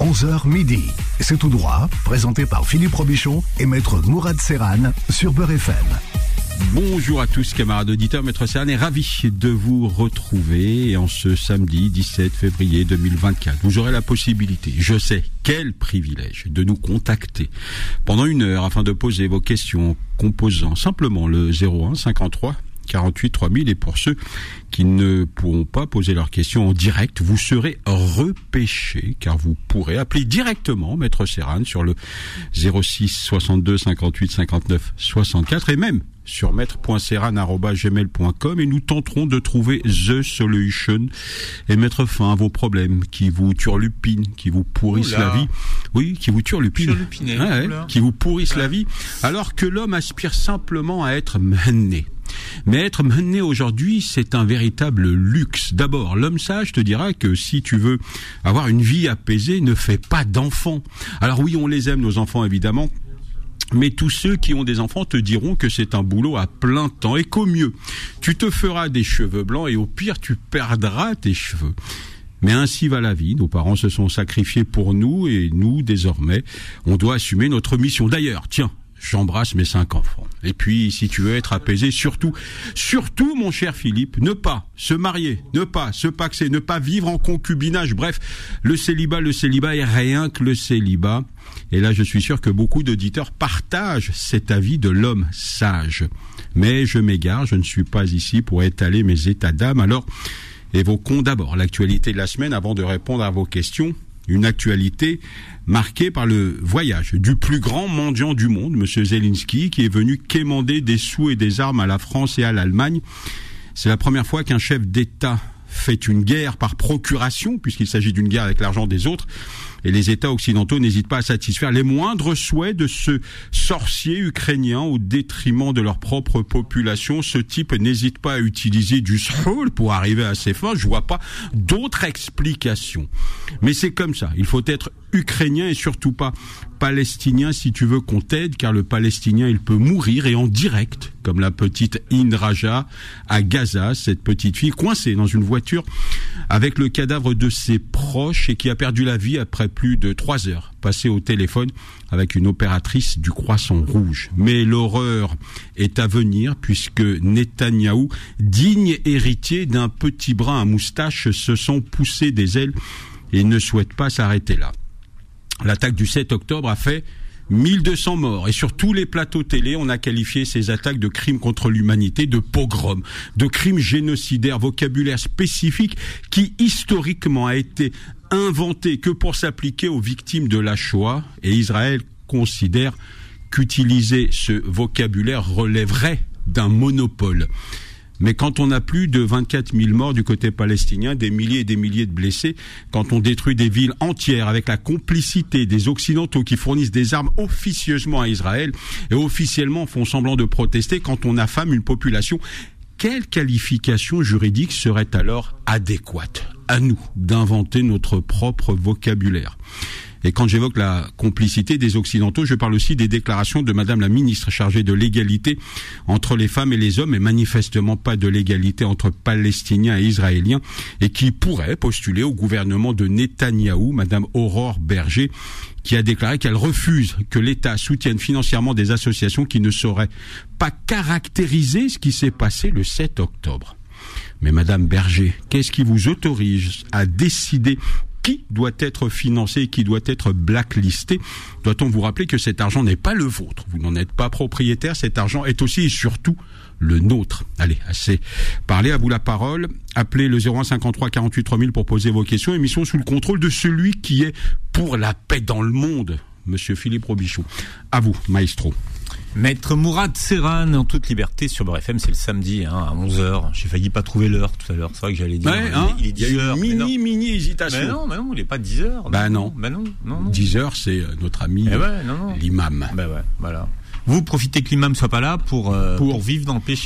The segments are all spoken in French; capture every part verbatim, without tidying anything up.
onze heures midi. C'est tout droit, présenté par Philippe Robichon et Maître Mourad Serran sur Beurre F M. Bonjour à tous camarades auditeurs, Maître Serran est ravi de vous retrouver en ce samedi dix-sept février deux mille vingt-quatre. Vous aurez la possibilité, je sais, quel privilège, de nous contacter pendant une heure afin de poser vos questions en composant simplement le zéro un cinquante-trois quarante-huit trois mille, et pour ceux qui ne pourront pas poser leurs questions en direct, vous serez repêchés car vous pourrez appeler directement Maître Serran sur le zéro six soixante-deux cinquante-huit cinquante-neuf soixante-quatre et même sur maître point serran arobase gmail point com, et nous tenterons de trouver the solution et mettre fin à vos problèmes qui vous turlupinent, qui vous pourrissent Oula. la vie. Oui, qui vous turlupinent. Ouais, qui vous pourrissent ouais. la vie, alors que l'homme aspire simplement à être mené. Mais être mené aujourd'hui, c'est un véritable luxe. D'abord, l'homme sage te dira que si tu veux avoir une vie apaisée, ne fais pas d'enfants. Alors oui, on les aime, nos enfants, évidemment. Mais tous ceux qui ont des enfants te diront que c'est un boulot à plein temps et qu'au mieux, tu te feras des cheveux blancs et au pire, tu perdras tes cheveux. Mais ainsi va la vie. Nos parents se sont sacrifiés pour nous et nous, désormais, on doit assumer notre mission. D'ailleurs, tiens, j'embrasse mes cinq enfants. Et puis, si tu veux être apaisé, surtout, surtout, mon cher Philippe, ne pas se marier, ne pas se paxer, ne pas vivre en concubinage. Bref, le célibat, le célibat est rien que le célibat. Et là, je suis sûr que beaucoup d'auditeurs partagent cet avis de l'homme sage. Mais je m'égare, je ne suis pas ici pour étaler mes états d'âme. Alors, évoquons d'abord l'actualité de la semaine avant de répondre à vos questions. Une actualité marquée par le voyage du plus grand mendiant du monde, M. Zelensky, qui est venu quémander des sous et des armes à la France et à l'Allemagne. C'est la première fois qu'un chef d'État fait une guerre par procuration, puisqu'il s'agit d'une guerre avec l'argent des autres. Et les États occidentaux n'hésitent pas à satisfaire les moindres souhaits de ce sorcier ukrainien au détriment de leur propre population. Ce type n'hésite pas à utiliser du sol pour arriver à ses fins. Je vois pas d'autre explication. Mais c'est comme ça. Il faut être ukrainien et surtout pas palestinien si tu veux qu'on t'aide, car le palestinien, il peut mourir et en direct, comme la petite Indraja à Gaza, cette petite fille coincée dans une voiture avec le cadavre de ses proches et qui a perdu la vie après plus de trois heures passées au téléphone avec une opératrice du Croissant Rouge. Mais l'horreur est à venir puisque Netanyahou, digne héritier d'un petit brin à moustache, se sent pousser des ailes et ne souhaite pas s'arrêter là. L'attaque du sept octobre a fait mille deux cents morts et sur tous les plateaux télé, on a qualifié ces attaques de crimes contre l'humanité, de pogroms, de crimes génocidaires, vocabulaire spécifique qui historiquement a été inventé que pour s'appliquer aux victimes de la Shoah, et Israël considère qu'utiliser ce vocabulaire relèverait d'un monopole. Mais quand on a plus de vingt-quatre mille morts du côté palestinien, des milliers et des milliers de blessés, quand on détruit des villes entières avec la complicité des Occidentaux qui fournissent des armes officieusement à Israël et officiellement font semblant de protester, quand on affame une population, quelle qualification juridique serait alors adéquate? À nous d'inventer notre propre vocabulaire. Et quand j'évoque la complicité des Occidentaux, je parle aussi des déclarations de Madame la ministre chargée de l'égalité entre les femmes et les hommes, et manifestement pas de l'égalité entre Palestiniens et Israéliens, et qui pourrait postuler au gouvernement de Netanyahou, Madame Aurore Berger, qui a déclaré qu'elle refuse que l'État soutienne financièrement des associations qui ne sauraient pas caractériser ce qui s'est passé le sept octobre. Mais Madame Berger, qu'est-ce qui vous autorise à décider qui doit être financé et qui doit être blacklisté? Doit-on vous rappeler que cet argent n'est pas le vôtre? Vous n'en êtes pas propriétaire. Cet argent est aussi et surtout le nôtre. Allez, assez parlé, à vous la parole. Appelez le zéro un cinquante-trois quarante-huit trois mille pour poser vos questions. Émission sous le contrôle de celui qui est pour la paix dans le monde, Monsieur Philippe Robichon. À vous, maestro. Maître Mourad Serran, en toute liberté sur Beurre F M, c'est le samedi hein, à onze heures. J'ai failli pas trouver l'heure tout à l'heure. C'est vrai que j'allais dire. Ouais, hein, il est dix heures. Il y a une mini, mini hésitation. Mais non, mais non, il est pas dix heures. Bah non. Bah non, non, non. dix heures, c'est notre ami eh ouais, non, non. l'imam. Bah ouais, voilà. Vous profitez que l'imam soit pas là pour, euh, pour... pour vivre dans le péché.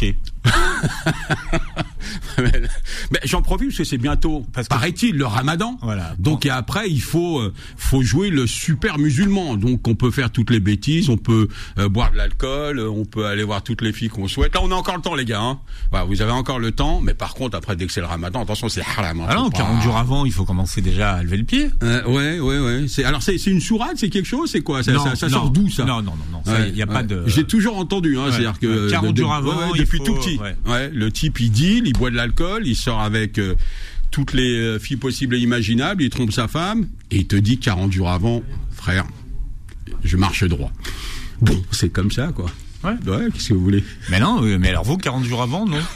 mais, mais j'en profite parce que c'est bientôt, parce que paraît-il, le Ramadan. Voilà. Donc et après, il faut euh, faut jouer le super musulman. Donc on peut faire toutes les bêtises, on peut euh, boire de l'alcool, on peut aller voir toutes les filles qu'on souhaite. Là, on a encore le temps, les gars. Hein. Voilà, vous avez encore le temps. Mais par contre, après, dès que c'est le Ramadan, attention, c'est haram. Hein, ah non, quarante jours avant, il faut commencer déjà à lever le pied. Euh, ouais, ouais, ouais. C'est alors c'est c'est une sourate, c'est quelque chose, c'est quoi? Ça, non, ça, ça non, sort d'où ça? Non, non, non, non. Il ouais, y a ouais. pas de. J'ai toujours entendu. Hein, ouais. C'est-à-dire que quarante de, jours avant, ouais, ouais, depuis faut, tout petit. Ouais. Ouais, le type il deal, il boit de l'alcool, il sort avec euh, toutes les euh, filles possibles et imaginables, il trompe sa femme et il te dit quarante jours avant, frère, je marche droit. Bon, c'est comme ça quoi. Ouais. Ouais, qu'est-ce que vous voulez? Mais non, mais alors vous quarante jours avant, non?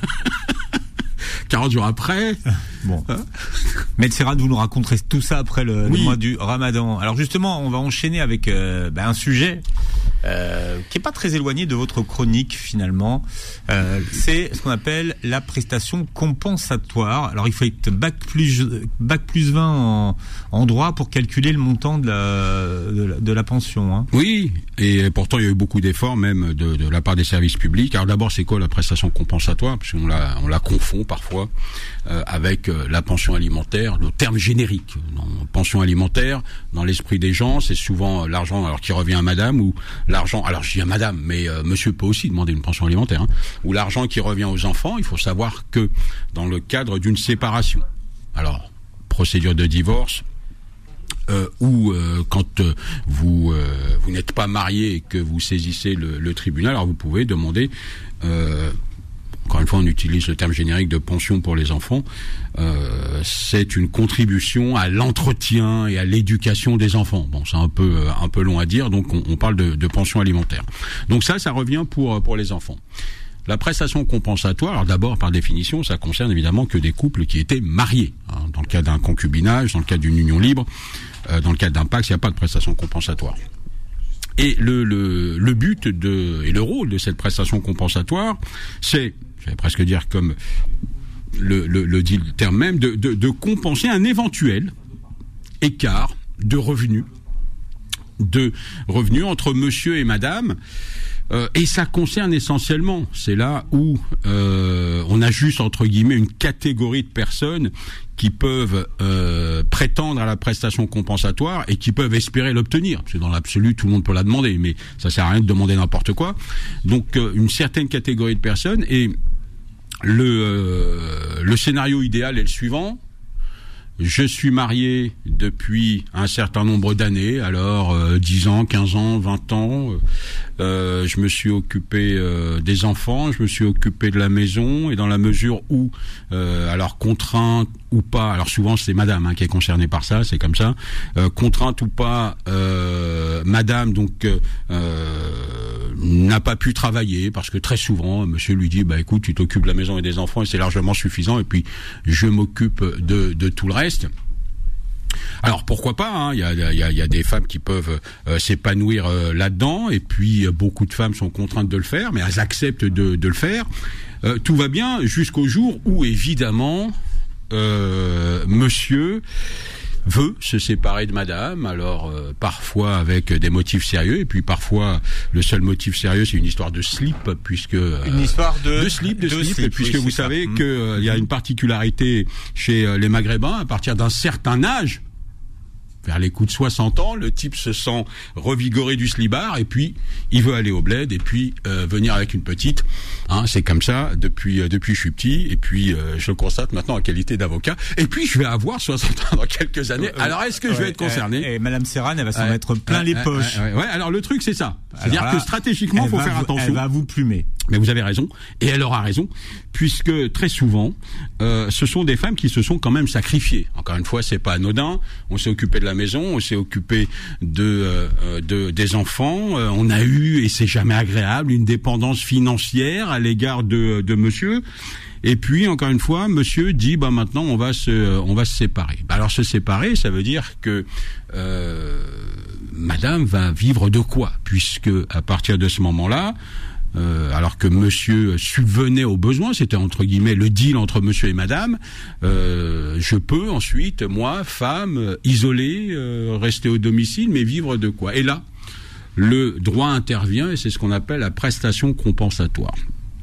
quarante jours après. Bon. Hein? Maître Serran, vous nous raconterez tout ça après le, oui. le mois du Ramadan. Alors justement, on va enchaîner avec euh, ben, un sujet euh, qui est pas très éloigné de votre chronique finalement. Euh, c'est ce qu'on appelle la prestation compensatoire. Alors il faut être bac plus bac plus vingt en, en droit pour calculer le montant de la de la, de la pension. Hein. Oui, et pourtant il y a eu beaucoup d'efforts même de, de la part des services publics. Alors d'abord, c'est quoi la prestation compensatoire? Parce qu'on la on la confond parfois euh, avec euh, la pension alimentaire, le terme générique. Non, pension alimentaire, dans l'esprit des gens, c'est souvent l'argent alors qui revient à madame ou l'argent, alors je dis à madame, mais euh, monsieur peut aussi demander une pension alimentaire, hein, ou l'argent qui revient aux enfants. Il faut savoir que dans le cadre d'une séparation, alors procédure de divorce, Euh, ou euh, quand euh, vous euh, vous n'êtes pas marié et que vous saisissez le, le tribunal, alors vous pouvez demander, euh, encore une fois on utilise le terme générique de pension pour les enfants, euh, c'est une contribution à l'entretien et à l'éducation des enfants. Bon, c'est un peu euh, un peu long à dire, donc on, on parle de, de pension alimentaire. Donc ça, ça revient pour pour les enfants. La prestation compensatoire, alors d'abord, par définition, ça concerne évidemment que des couples qui étaient mariés. Hein, dans le cas d'un concubinage, dans le cas d'une union libre, euh, dans le cas d'un pacte, il n'y a pas de prestation compensatoire. Et le, le, le but de, et le rôle de cette prestation compensatoire, c'est, j'allais presque dire comme le, le, le dit le terme même, de, de, de compenser un éventuel écart de revenus, de revenus entre monsieur et madame. Euh, et ça concerne essentiellement, c'est là où euh, on a juste entre guillemets une catégorie de personnes qui peuvent euh, prétendre à la prestation compensatoire et qui peuvent espérer l'obtenir. Parce que dans l'absolu, tout le monde peut la demander, mais ça sert à rien de demander n'importe quoi. Donc euh, une certaine catégorie de personnes, et le euh, le scénario idéal est le suivant. Je suis marié depuis un certain nombre d'années, alors euh, dix ans, quinze ans, vingt ans. Euh, je me suis occupé euh, des enfants, je me suis occupé de la maison, et dans la mesure où, euh, alors contrainte ou pas, alors souvent c'est madame hein, qui est concernée par ça, c'est comme ça, euh, contrainte ou pas, euh, madame donc euh, n'a pas pu travailler parce que très souvent monsieur lui dit bah écoute tu t'occupes de la maison et des enfants et c'est largement suffisant et puis je m'occupe de, de tout le reste. Alors pourquoi pas, hein, il y a, il y a, il y a des femmes qui peuvent euh, s'épanouir euh, là-dedans, et puis euh, beaucoup de femmes sont contraintes de le faire, mais elles acceptent de, de le faire. Euh, tout va bien jusqu'au jour où évidemment euh, monsieur veut se séparer de madame, alors euh, parfois avec des motifs sérieux, et puis parfois le seul motif sérieux c'est une histoire de slip, puisque euh, une histoire de, de slip, de, de slip, slip, puisque oui, vous savez ça. que euh, il y a une particularité chez euh, les Maghrébins, à partir d'un certain âge, vers les coups de soixante ans, le type se sent revigoré du slibard et puis il veut aller au bled et puis euh, venir avec une petite. Hein, c'est comme ça depuis euh, depuis que je suis petit, et puis euh, je le constate maintenant en qualité d'avocat. Et puis je vais avoir soixante ans dans quelques années. Alors est-ce que ouais, je vais être concerné? Et, et Madame Serran, elle va s'en ouais, mettre plein ouais, les ouais, poches. Ouais, ouais, ouais. Alors le truc c'est ça. C'est-à-dire là, que stratégiquement, il faut faire vous, attention. Elle va vous plumer. Mais vous avez raison, et elle aura raison, puisque très souvent, euh, ce sont des femmes qui se sont quand même sacrifiées. Encore une fois, c'est pas anodin. On s'est occupé de la maison, on s'est occupé de, euh, de des enfants. Euh, on a eu, et c'est jamais agréable, une dépendance financière à l'égard de, de monsieur. Et puis encore une fois, monsieur dit bah maintenant on va se on va se séparer. Bah, alors se séparer, ça veut dire que euh, madame va vivre de quoi, puisque à partir de ce moment-là, Euh, alors que monsieur subvenait aux besoins, c'était entre guillemets le deal entre monsieur et madame, euh, je peux ensuite, moi, femme, isolée, euh, rester au domicile, mais vivre de quoi? Et là, le droit intervient, et c'est ce qu'on appelle la prestation compensatoire.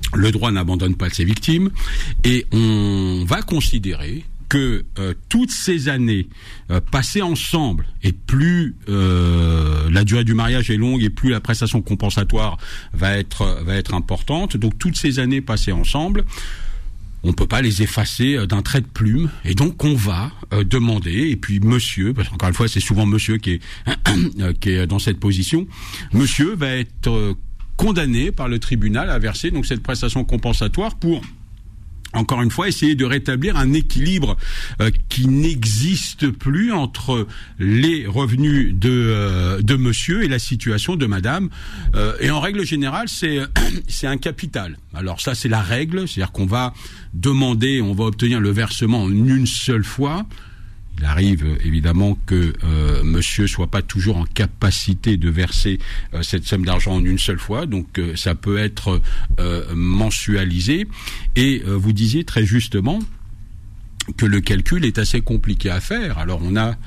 le droit n'abandonne pas ses victimes, et on va considérer que euh, toutes ces années euh, passées ensemble, et plus euh, la durée du mariage est longue, et plus la prestation compensatoire va être va être importante, donc toutes ces années passées ensemble, on peut pas les effacer d'un trait de plume, et donc on va euh, demander, et puis monsieur, parce qu'encore une fois c'est souvent monsieur qui est euh, qui est dans cette position, monsieur va être euh, condamné par le tribunal à verser donc cette prestation compensatoire pour, encore une fois, essayer de rétablir un équilibre euh, qui n'existe plus entre les revenus de euh, de monsieur et la situation de madame. Euh, et en règle générale, c'est c'est un capital. Alors ça, c'est la règle, c'est-à-dire qu'on va demander, on va obtenir le versement en une seule fois. Il arrive évidemment que euh, monsieur soit pas toujours en capacité de verser euh, cette somme d'argent en une seule fois, donc euh, ça peut être euh, mensualisé. Et euh, vous disiez très justement que le calcul est assez compliqué à faire. Alors on a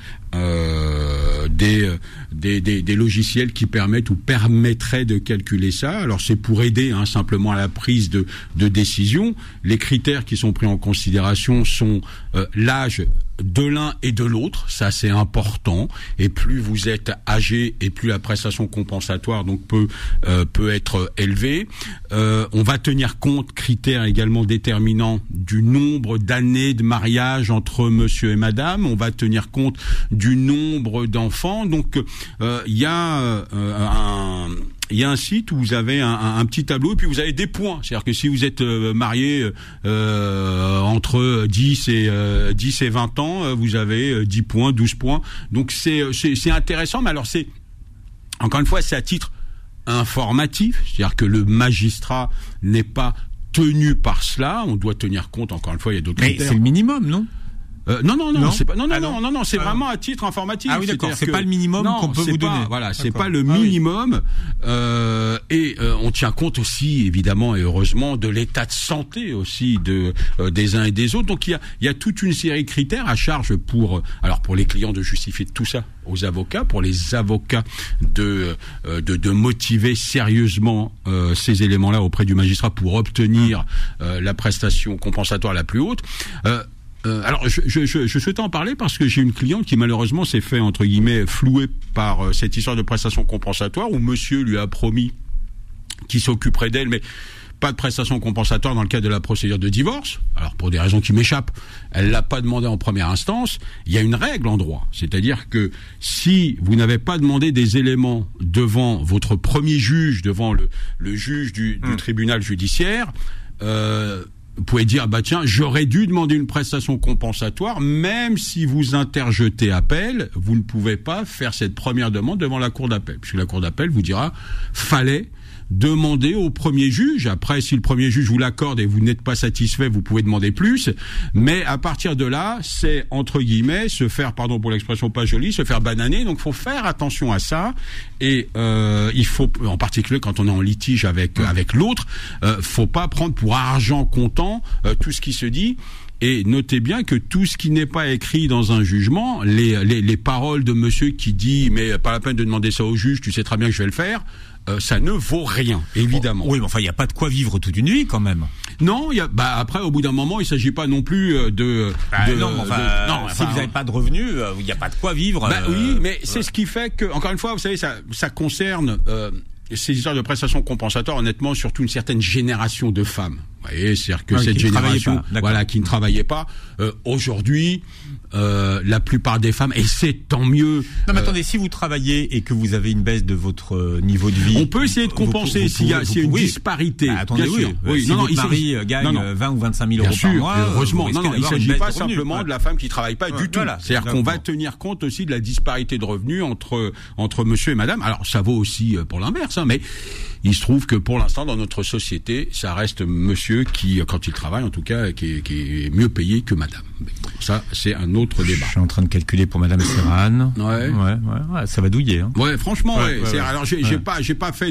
euh, des, des, des, des logiciels qui permettent ou permettraient de calculer ça. Alors c'est pour aider hein, simplement à la prise de, de décision. Les critères qui sont pris en considération sont euh, l'âge de l'un et de l'autre, ça c'est important, et plus vous êtes âgé et plus la prestation compensatoire donc peut euh, peut être élevée. Euh, on va tenir compte, critères également déterminants, du nombre d'années de mariage entre monsieur et madame. On va tenir compte du nombre d'enfants. Donc il euh, y a euh, un il y a un site où vous avez un, un, un petit tableau et puis vous avez des points. C'est-à-dire que si vous êtes euh, marié euh, entre dix et euh, dix et vingt ans, vous avez dix points, douze points. Donc c'est c'est c'est intéressant, mais alors c'est encore une fois, c'est à titre informatif, c'est-à-dire que le magistrat n'est pas tenu par cela, on doit tenir compte, encore une fois, il y a d'autres mais critères. C'est le minimum, non? Euh, non non non, non c'est pas non non ah non non non c'est ah vraiment à titre informatif. Ah oui d'accord, c'est que, pas le minimum non, qu'on peut vous pas, donner. Voilà, c'est d'accord. pas le ah minimum euh, et euh, on tient compte aussi évidemment et heureusement de l'état de santé aussi de euh, des uns et des autres. Donc il y a il y a toute une série de critères à charge pour alors pour les clients de justifier tout ça aux avocats, pour les avocats de euh, de, de motiver sérieusement euh, ces éléments-là auprès du magistrat pour obtenir euh, la prestation compensatoire la plus haute. Euh, Euh, alors, je, je, je, je souhaitais en parler parce que j'ai une cliente qui malheureusement s'est fait entre guillemets flouer par euh, cette histoire de prestation compensatoire où monsieur lui a promis qu'il s'occuperait d'elle, mais pas de prestation compensatoire dans le cadre de la procédure de divorce. Alors pour des raisons qui m'échappent, elle l'a pas demandé en première instance. Il y a une règle en droit, c'est-à-dire que si vous n'avez pas demandé des éléments devant votre premier juge, devant le, le juge du, du mmh. tribunal judiciaire, euh, vous pouvez dire, bah tiens, j'aurais dû demander une prestation compensatoire, même si vous interjetez appel, vous ne pouvez pas faire cette première demande devant la cour d'appel, puisque la cour d'appel vous dira, fallait demander au premier juge. Après, si le premier juge vous l'accorde et vous n'êtes pas satisfait, vous pouvez demander plus. Mais à partir de là, c'est entre guillemets se faire, pardon pour l'expression pas jolie, se faire bananer. Donc, faut faire attention à ça. Et euh, il faut, en particulier quand on est en litige avec mmh. avec l'autre, euh, faut pas prendre pour argent comptant euh, tout ce qui se dit. Et notez bien que tout ce qui n'est pas écrit dans un jugement, les, les, les paroles de monsieur qui dit « mais pas la peine de demander ça au juge, tu sais très bien que je vais le faire », euh, ça ne vaut rien, évidemment. Oh, oui, mais enfin, il n'y a pas de quoi vivre toute une vie, quand même. Non, y a, bah après, au bout d'un moment, il ne s'agit pas non plus de... Bah, de non, enfin, de, non, si enfin, vous n'avez pas de revenus, il n'y a pas de quoi vivre. Bah, euh, oui, mais c'est ouais. ce qui fait que, encore une fois, vous savez, ça, ça concerne... Euh, ces histoires de prestations compensatoires, honnêtement, surtout une certaine génération de femmes. Vous voyez, c'est-à-dire que ah, cette génération, voilà, qui ne travaillait pas, euh, aujourd'hui, euh, la plupart des femmes, et c'est tant mieux. Non, mais euh, attendez, si vous travaillez et que vous avez une baisse de votre euh, niveau de vie, on peut essayer de compenser s'il y a, s'il y a une oui. disparité. Bah, attendez, bien oui. sûr. oui. Si non, votre non, mari il gagne non, non. vingt ou vingt-cinq mille euros bien sûr, par mois, heureusement, non, non, il ne s'agit pas simplement ouais. de la femme qui ne travaille pas ouais, du tout. Voilà, c'est-à-dire qu'on va tenir compte aussi de la disparité de revenus entre entre monsieur et madame. Alors, ça vaut aussi pour l'inverse, hein, mais il se trouve que pour l'instant, dans notre société, ça reste monsieur qui, quand il travaille, en tout cas, qui est, qui est mieux payé que madame. Mais bon, ça, c'est un autre débat. Je suis en train de calculer pour madame Serran. Ouais. Ouais, ouais, ouais, ça va douiller. Hein. Ouais, franchement, ouais. ouais, ouais, ouais. Alors, j'ai, ouais. j'ai pas, j'ai pas fait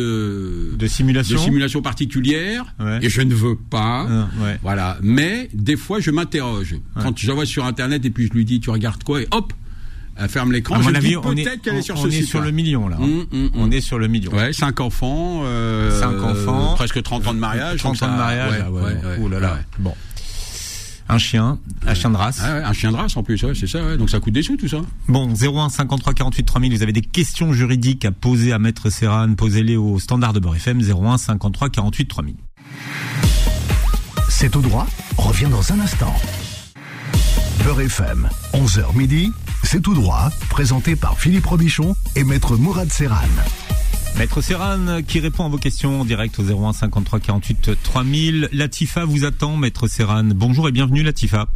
de de simulation, de simulation particulière, ouais. et je ne veux pas. Ah, ouais. Voilà. Mais des fois, je m'interroge. Ouais. Quand j'envoie sur Internet et puis je lui dis, tu regardes quoi, et hop. Elle ferme l'écran. À mon je avis, dis on peut-être est, qu'elle est sur on ce est site. sur le million là. Mmh, mmh, on mmh. est sur le million. Ouais, cinq enfants. Euh, cinq enfants. Euh, presque trente ans de mariage. trente ans de mariage. Ouais, ah ouais, ouais, ouais, oh là là. ouais. Bon. Un chien, un chien de race. Ah ouais, un chien de race en plus, ouais, c'est ça. Ouais. Donc ça coûte des sous tout ça. Bon, zéro un cinquante-trois quarante-huit trois mille. Vous avez des questions juridiques à poser à Maître Serran, posez-les au standard de Beurre F M. zéro un cinquante-trois quarante-huit trois mille. C'est tout droit, revient dans un instant. Beurre F M, onze heures midi, c'est tout droit, présenté par Philippe Robichon et Maître Mourad Serran. Maître Serran qui répond à vos questions en direct au zéro un cinquante-trois quarante-huit trois mille. Latifa vous attend, Maître Serran. Bonjour et bienvenue Latifa.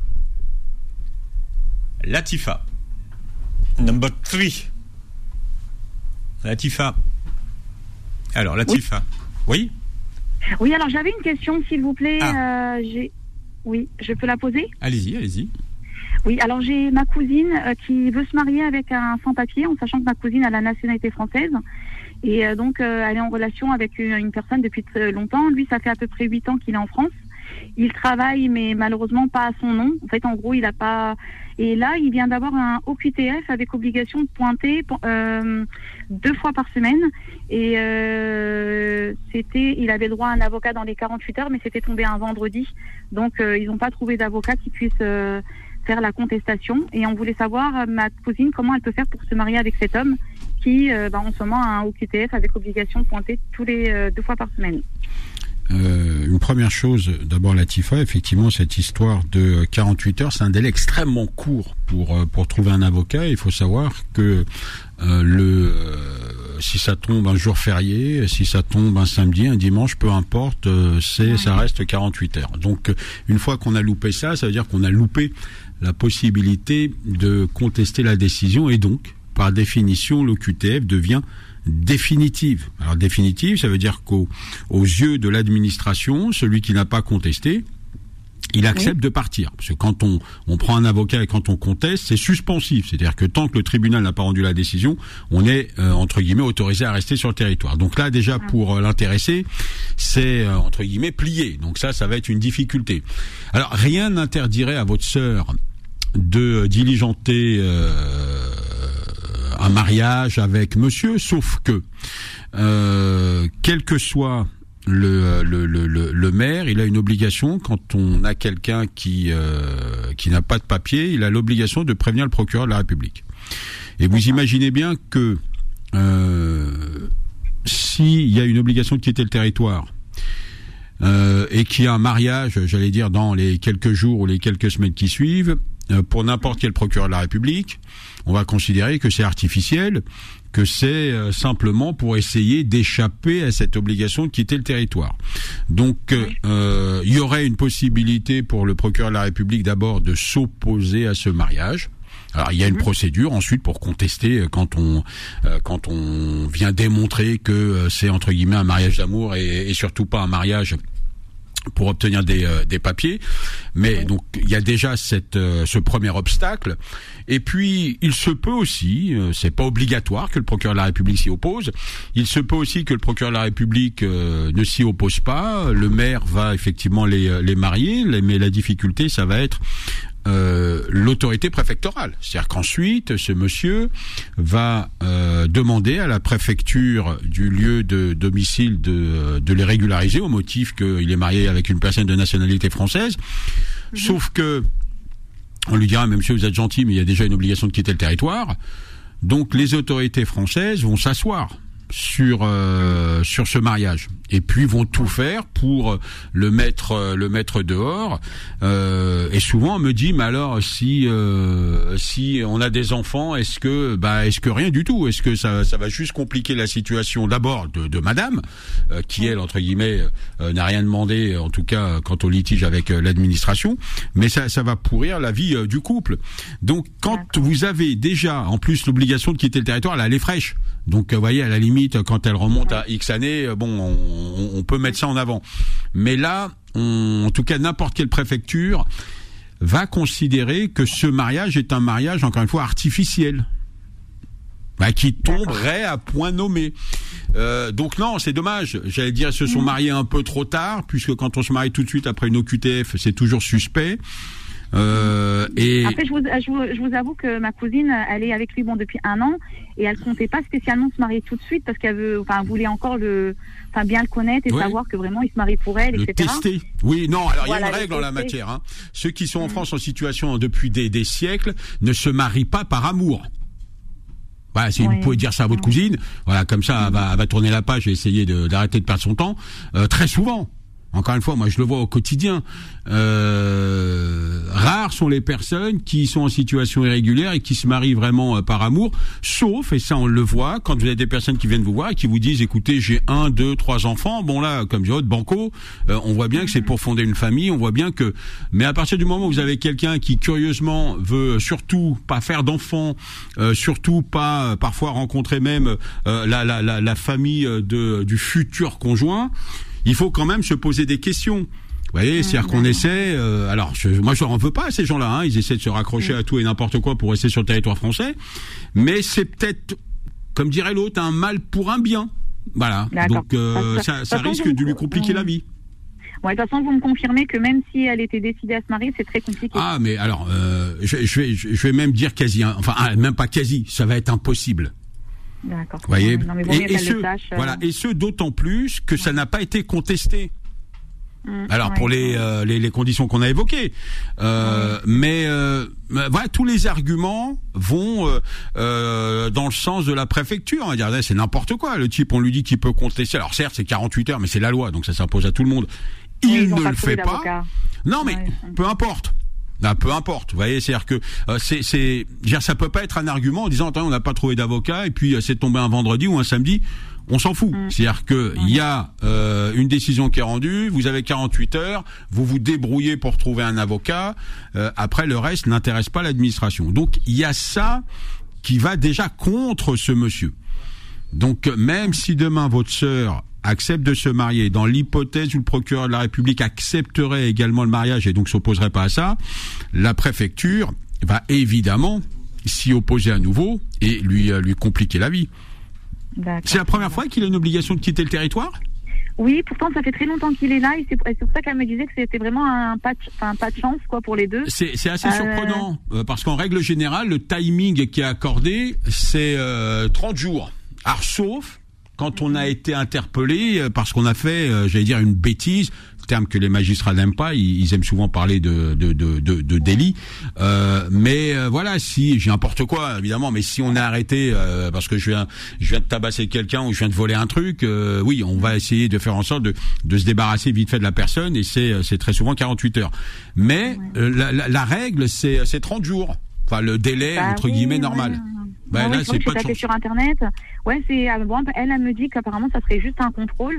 Latifa. Number three. Latifa. Alors Latifa. Oui. Oui, oui alors j'avais une question s'il vous plaît. Ah. Euh, j'ai... Oui, je peux la poser ? Allez-y, allez-y. Oui, alors j'ai ma cousine euh, qui veut se marier avec un sans-papier, en sachant que ma cousine a la nationalité française. Et euh, donc, euh, elle est en relation avec une, une personne depuis très longtemps. Lui, ça fait à peu près huit ans qu'il est en France. Il travaille, mais malheureusement pas à son nom. En fait, en gros, il a pas... Et là, il vient d'avoir un O Q T F avec obligation de pointer euh, deux fois par semaine. Et euh, c'était, il avait le droit à un avocat dans les quarante-huit heures, mais c'était tombé un vendredi. Donc, euh, ils n'ont pas trouvé d'avocat qui puisse euh, faire la contestation. Et on voulait savoir, euh, ma cousine, comment elle peut faire pour se marier avec cet homme qui, euh, bah, en ce moment, a un O Q T F avec obligation de pointer tous les euh, deux fois par semaine. Euh, une première chose, d'abord Latifa, effectivement cette histoire de quarante-huit heures, c'est un délai extrêmement court pour pour trouver un avocat. Il faut savoir que euh, le euh, si ça tombe un jour férié, si ça tombe un samedi, un dimanche, peu importe, euh, c'est ça reste quarante-huit heures. Donc une fois qu'on a loupé ça, ça veut dire qu'on a loupé la possibilité de contester la décision et donc par définition l'O Q T F devient définitive. Alors définitive, ça veut dire qu'aux aux yeux de l'administration, celui qui n'a pas contesté, il accepte oui. de partir. Parce que quand on, on prend un avocat et quand on conteste, c'est suspensif. C'est-à-dire que tant que le tribunal n'a pas rendu la décision, on est, euh, entre guillemets, autorisé à rester sur le territoire. Donc là, déjà, pour euh, l'intéressé, c'est, euh, entre guillemets, plié. Donc ça, ça va être une difficulté. Alors, rien n'interdirait à votre sœur de diligenter euh, un mariage avec monsieur, sauf que, euh, quel que soit le, le, le, le, le maire, il a une obligation, quand on a quelqu'un qui, euh, qui n'a pas de papier, il a l'obligation de prévenir le procureur de la République. Et vous imaginez bien que euh, s'il y a une obligation de quitter le territoire, euh, et qu'il y a un mariage, j'allais dire, dans les quelques jours ou les quelques semaines qui suivent, pour n'importe quel procureur de la République, on va considérer que c'est artificiel, que c'est euh, simplement pour essayer d'échapper à cette obligation de quitter le territoire. Donc, euh, il y aurait une possibilité pour le procureur de la République d'abord de s'opposer à ce mariage. Alors il y a une procédure ensuite pour contester quand on euh, quand on vient démontrer que euh, c'est entre guillemets un mariage d'amour et, et surtout pas un mariage pour obtenir des, euh, des papiers, mais donc il y a déjà cette, euh, ce premier obstacle. Et puis il se peut aussi, euh, c'est pas obligatoire que le procureur de la République s'y oppose. Il se peut aussi que le procureur de la République euh, ne s'y oppose pas. Le maire va effectivement les, les marier, mais la difficulté, ça va être Euh, l'autorité préfectorale. C'est-à-dire qu'ensuite, ce monsieur va euh, demander à la préfecture du lieu de domicile de, de les régulariser au motif qu'il est marié avec une personne de nationalité française. Mmh. Sauf que on lui dira, mais monsieur, vous êtes gentil, mais il y a déjà une obligation de quitter le territoire. Donc les autorités françaises vont s'asseoir sur euh, sur ce mariage et puis vont tout faire pour le mettre le mettre dehors euh, et souvent on me dit mais alors si euh, si on a des enfants, est-ce que bah est-ce que rien du tout, est-ce que ça ça va juste compliquer la situation d'abord de, de madame euh, qui elle entre guillemets euh, n'a rien demandé en tout cas quant au litige avec euh, l'administration, mais ça ça va pourrir la vie euh, du couple. Donc quand vous avez déjà en plus l'obligation de quitter le territoire, là elle est fraîche. Donc vous voyez, à la limite, quand elle remonte à X années, bon, on, on peut mettre ça en avant. Mais là, on, en tout cas, n'importe quelle préfecture va considérer que ce mariage est un mariage, encore une fois, artificiel. Bah, qui tomberait à point nommé. Euh, donc non, c'est dommage. J'allais dire, ils se sont mariés un peu trop tard, puisque quand on se marie tout de suite après une O Q T F, c'est toujours suspect. Euh, et après, je vous, je, vous, je vous avoue que ma cousine, elle est avec lui bon depuis un an et elle comptait pas spécialement se marier tout de suite parce qu'elle veut, enfin, voulait encore le, enfin, bien le connaître et ouais. savoir que vraiment il se marie pour elle, le et cetera. Tester. Oui, non. Alors il voilà, y a une règle en la tester. matière. Hein. Ceux qui sont en mmh. France en situation depuis des, des siècles ne se marient pas par amour. Voilà, si oui. vous pouvez dire ça à votre cousine, voilà, comme ça, mmh. elle, va, elle va tourner la page et essayer de, d'arrêter de perdre son temps. Euh, très souvent. Encore une fois, moi je le vois au quotidien. Euh, rares sont les personnes qui sont en situation irrégulière et qui se marient vraiment euh, par amour, sauf, et ça on le voit, quand vous avez des personnes qui viennent vous voir et qui vous disent, écoutez, j'ai un, deux, trois enfants, bon là, comme je dis, banco, euh, on voit bien que c'est pour fonder une famille, on voit bien que... Mais à partir du moment où vous avez quelqu'un qui, curieusement, veut surtout pas faire d'enfants, euh, surtout pas, euh, parfois rencontrer même euh, la, la, la, la famille de, du futur conjoint, il faut quand même se poser des questions. Vous voyez, mmh, c'est-à-dire qu'on essaie... Euh, alors, je, moi, je leur en veux pas à ces gens-là. Hein, ils essaient de se raccrocher mmh. à tout et n'importe quoi pour rester sur le territoire français. Mais c'est peut-être, comme dirait l'autre, un mal pour un bien. Voilà. D'accord. Donc, euh, ça, ça risque de lui compliquer mmh. la vie. Bon, de toute façon, vous me confirmez que même si elle était décidée à se marier, c'est très compliqué. Ah, mais alors, euh, je, je, vais, je vais même dire quasi... Enfin, même pas quasi, ça va être impossible. D'accord. Vous voyez, non, mais bon, et, et, ce, sache, euh... voilà, et ce d'autant plus que ouais. ça n'a pas été contesté. Mmh, Alors ouais, pour les, euh, les les conditions qu'on a évoquées, euh, ouais. mais euh, voilà, tous les arguments vont euh, euh, dans le sens de la préfecture. On va dire, c'est n'importe quoi. Le type, on lui dit qu'il peut contester. Alors certes, c'est quarante-huit heures, mais c'est la loi, donc ça s'impose à tout le monde. Il oui, ne le fait pas. Non, mais ouais. peu importe. Ben, peu importe, vous voyez, c'est-à-dire que euh, c'est, c'est, dire, ça peut pas être un argument en disant attends, on n'a pas trouvé d'avocat et puis euh, c'est tombé un vendredi ou un samedi, on s'en fout. Mmh. C'est-à-dire que il mmh. y a euh, une décision qui est rendue, vous avez quarante-huit heures, vous vous débrouillez pour trouver un avocat. Euh, après, le reste n'intéresse pas l'administration. Donc il y a ça qui va déjà contre ce monsieur. Donc même si demain votre sœur accepte de se marier, dans l'hypothèse où le procureur de la République accepterait également le mariage et donc s'opposerait pas à ça, la préfecture va évidemment s'y opposer à nouveau et lui euh, lui compliquer la vie. D'accord. C'est la première fois qu'il a une obligation de quitter le territoire ? Oui, pourtant ça fait très longtemps qu'il est là et c'est, c'est pour ça qu'elle me disait que c'était vraiment un pas de, enfin, pas de chance quoi pour les deux. C'est, c'est assez euh... surprenant euh, parce qu'en règle générale, le timing qui est accordé, c'est euh, trente jours. Alors sauf quand on a été interpellé parce qu'on a fait, euh, j'allais dire, une bêtise, terme que les magistrats n'aiment pas, ils, ils aiment souvent parler de de de de, de délit. Euh, mais euh, voilà, si j'ai n'importe quoi évidemment, mais si on est arrêté euh, parce que je viens je viens de tabasser quelqu'un ou je viens de voler un truc, euh, oui, on va essayer de faire en sorte de de se débarrasser vite fait de la personne et c'est c'est très souvent quarante-huit heures. Mais euh, la, la la règle c'est c'est trente jours. Enfin le délai bah, entre oui, guillemets normal. Ouais. Ben ah là, oui, c'est pas de chance. Sur internet. Ouais, c'est bon, elle, elle me dit qu'apparemment ça serait juste un contrôle.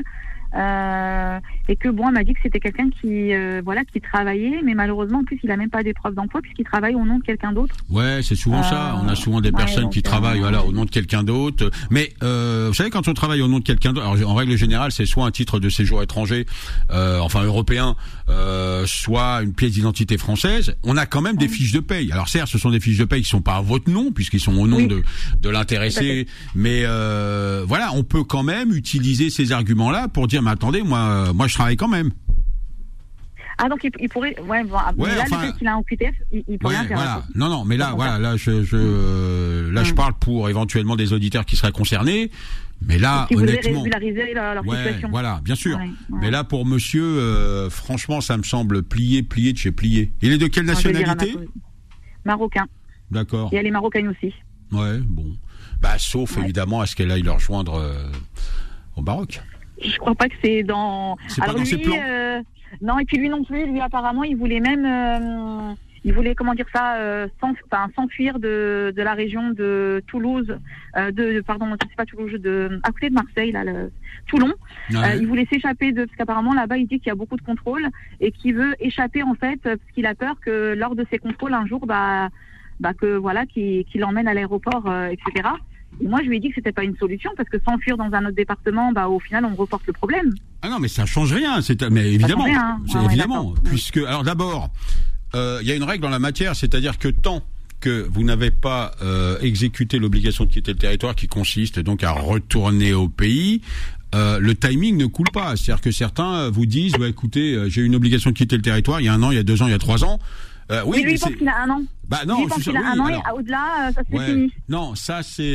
Euh, et que bon, elle m'a dit que c'était quelqu'un qui, euh, voilà, qui travaillait, mais malheureusement en plus il a même pas des preuves d'emploi puisqu'il travaille au nom de quelqu'un d'autre. Ouais, c'est souvent euh, ça. On a souvent des ouais, personnes qui euh, travaillent, voilà, au nom de quelqu'un d'autre. Mais euh, vous savez, quand on travaille au nom de quelqu'un d'autre, alors en règle générale, c'est soit un titre de séjour étranger, euh, enfin européen, euh, soit une pièce d'identité française. On a quand même des fiches de paye. Alors certes, ce sont des fiches de paye qui sont pas à votre nom puisqu'ils sont au nom oui. de de l'intéressé, mais euh, voilà, on peut quand même utiliser ces arguments-là pour dire mais attendez, moi, moi je travaille quand même. Ah donc il, il pourrait, ouais, bon, ouais là enfin, le fait qu'il a un O Q T F, il, il pourrait ouais, faire. Voilà. Non, non, mais là, voilà, là, je, je, mmh. là, je parle pour éventuellement des auditeurs qui seraient concernés. Mais là, qui honnêtement, régulariser leur, leur ouais, situation. Voilà, bien sûr. Ouais, ouais. Mais là, pour Monsieur, euh, franchement, ça me semble plié, plié de chez plié. Il est de quelle nationalité ? Marocain. D'accord. Et elle est marocaine aussi. Ouais, bon. Bah, sauf ouais. évidemment à ce qu'elle aille le rejoindre euh, au Maroc. Je crois pas que c'est dans. C'est Alors pas dans lui, ses plans. Euh... Non, et puis lui non plus. Lui apparemment, il voulait même, euh... il voulait comment dire ça, euh, s'enf... enfin, s'enfuir de de la région de Toulouse, euh, de pardon, c'est pas Toulouse, de à côté de Marseille, là, le... Toulon. Ouais. Euh, il voulait s'échapper de parce qu'apparemment là-bas, il dit qu'il y a beaucoup de contrôles et qu'il veut échapper en fait parce qu'il a peur que lors de ces contrôles un jour, bah, bah que voilà, qu'il, qu'il l'emmène à l'aéroport, euh, et cetera. Et moi, je lui ai dit que c'était pas une solution parce que s'enfuir dans un autre département, bah au final, on reporte le problème. Ah non, mais ça change rien. C'est mais évidemment, ça rien. C'est ah, évidemment, ouais, puisque alors d'abord, il euh, y a une règle dans la matière, c'est-à-dire que tant que vous n'avez pas euh, exécuté l'obligation de quitter le territoire, qui consiste donc à retourner au pays, euh, le timing ne coule pas. C'est-à-dire que certains vous disent, bah, écoutez, euh, j'ai une obligation de quitter le territoire il y a un an, il y a deux ans, il y a trois ans. Euh, oui, mais lui, mais il pense c'est... qu'il a un an. Bah non, lui, il pense qu'il a oui, un an alors... et au-delà, ça c'est ouais. fini. Non, ça c'est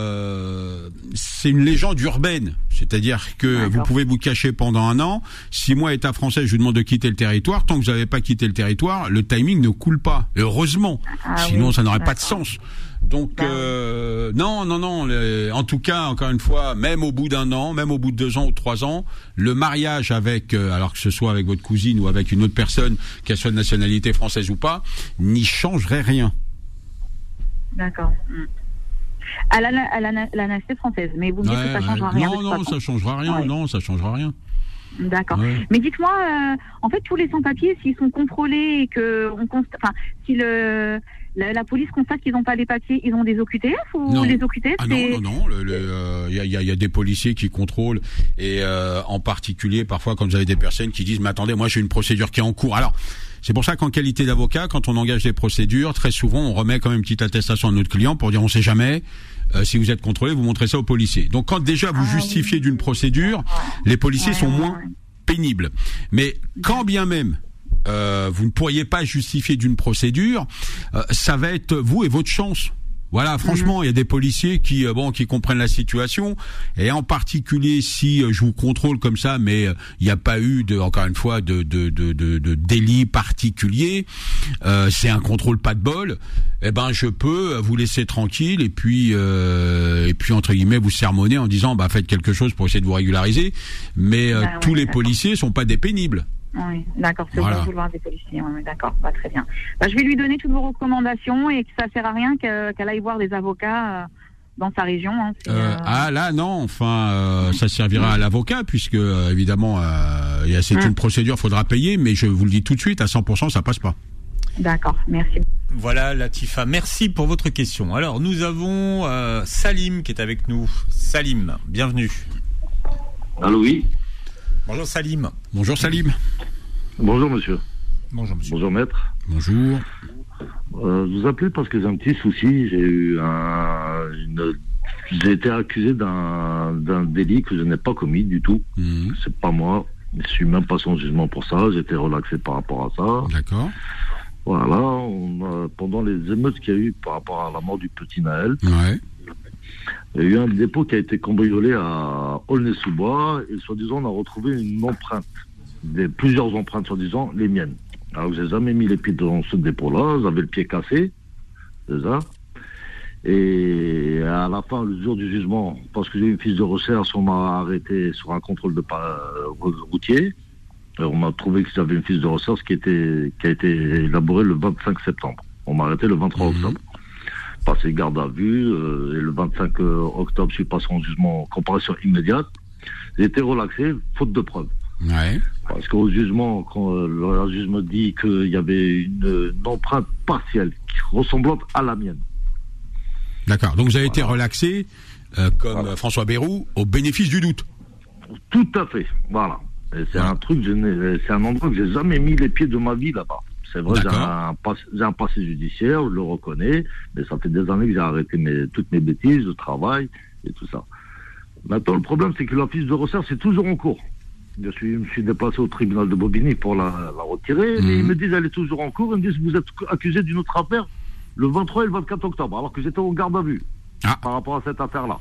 euh, c'est une légende urbaine. C'est-à-dire que D'accord. vous pouvez vous cacher pendant un an. Si moi, État français, je vous demande de quitter le territoire, tant que vous n'avez pas quitté le territoire, le timing ne coule pas. Heureusement. Ah, Sinon, oui. ça n'aurait D'accord. pas de sens. Donc, Bah, euh, non, non, non. Le, en tout cas, encore une fois, même au bout d'un an, même au bout de deux ans ou trois ans, le mariage avec, euh, alors que ce soit avec votre cousine ou avec une autre personne, qu'elle soit de nationalité française ou pas, n'y changerait rien. D'accord. Mm. À la, à la, la nationalité française, mais vous me dites Ouais, que ça ouais. changera rien. Non, de non, toute façon. ça changera rien. Ouais. Non, ça changera rien. D'accord. Ouais. Mais dites-moi, euh, en fait, tous les sans-papiers, s'ils sont contrôlés et que on constate, enfin, si le la, la police constate qu'ils n'ont pas les papiers, ils ont des O Q T F ou Non. les O Q T F Ah c'est... non, non, non. Il euh, y, a, y, a, y a des policiers qui contrôlent et euh, en particulier parfois quand vous avez des personnes qui disent mais attendez, moi j'ai une procédure qui est en cours. Alors c'est pour ça qu'en qualité d'avocat, quand on engage des procédures, très souvent on remet quand même une petite attestation à notre client pour dire on sait jamais. Euh, si vous êtes contrôlé, vous montrez ça aux policiers. Donc quand déjà vous Ah, justifiez oui. d'une procédure, les policiers Ouais, sont ouais, moins ouais. pénibles. Mais quand bien même euh, vous ne pourriez pas justifier d'une procédure, euh, ça va être vous et votre chance. Voilà, franchement, il y a des policiers qui euh, bon qui comprennent la situation et en particulier si euh, je vous contrôle comme ça, mais il euh, n'y a pas eu de encore une fois de de de de, de délit particulier, euh, c'est un contrôle pas de bol. Eh ben, je peux vous laisser tranquille et puis euh, et puis entre guillemets vous sermonner en disant bah faites quelque chose pour essayer de vous régulariser. Mais euh, Bah, ouais, tous les d'accord. policiers sont pas des pénibles. Oui, d'accord, c'est Voilà. bon vouloir des policiers. Oui, d'accord, bah, très bien. Bah, je vais lui donner toutes vos recommandations et que ça sert à rien que- qu'elle aille voir des avocats euh, dans sa région. Hein, c'est, Euh, euh, Ah là non, enfin euh, ça servira à l'avocat puisque euh, évidemment euh, il y a- c'est une procédure, faudra payer, mais je vous le dis tout de suite, à cent pour cent ça passe pas. D'accord, merci. Voilà Latifa, merci pour votre question. Alors nous avons euh, Salim qui est avec nous. Salim, bienvenue. Allô, oui. Bonjour Salim. Bonjour Salim. Bonjour, monsieur. Bonjour monsieur. Bonjour, maître. Bonjour. Euh, je vous appelais parce que j'ai un petit souci. J'ai eu un, une, j'ai été accusé d'un, d'un délit que je n'ai pas commis du tout. Mmh. C'est pas moi. Je suis même pas sans jugement pour ça. J'ai été relaxé par rapport à ça. D'accord. Voilà. On a, pendant les émeutes qu'il y a eu par rapport à la mort du petit Naël, Ouais. il y a eu un dépôt qui a été cambriolé à Aulnay-sous-Bois et soi-disant on a retrouvé une empreinte, des, plusieurs empreintes soi-disant, les miennes. Alors j'ai jamais mis les pieds dans ce dépôt-là, j'avais le pied cassé, déjà. Et à la fin, le jour du jugement, parce que j'ai eu une fiche de recherche, on m'a arrêté sur un contrôle de pas, euh, routier. Et on m'a trouvé que j'avais une fiche de recherche qui, était, qui a été élaborée le vingt-cinq septembre. On m'a arrêté le vingt-trois octobre. Passé garde à vue, euh, et le vingt-cinq octobre, je suis passé en jugement en comparution immédiate. J'ai été relaxé, faute de preuves. Ouais. Parce qu'au jugement, quand euh, le juge me dit qu'il y avait une, une empreinte partielle qui ressemblante à la mienne. D'accord. Donc vous avez été Voilà. relaxé, euh, comme Voilà. euh, François Bayrou, au bénéfice du doute. Tout à fait, voilà. Et c'est Voilà. un truc, je n'ai- c'est un endroit que j'ai jamais mis les pieds de ma vie là-bas. C'est vrai, j'ai D'accord. un, pass- j'ai un passé judiciaire, je le reconnais, mais ça fait des années que j'ai arrêté mes, toutes mes bêtises, le travail et tout ça. Maintenant, le problème, c'est que la fiche de recherche est toujours en cours. Je suis, je me suis déplacé au tribunal de Bobigny pour la, la retirer, Mhm. mais ils me disent qu'elle est toujours en cours. Ils me disent que vous êtes accusé d'une autre affaire le vingt-trois et le vingt-quatre octobre, alors que j'étais en garde à vue Ah. par rapport à cette affaire-là.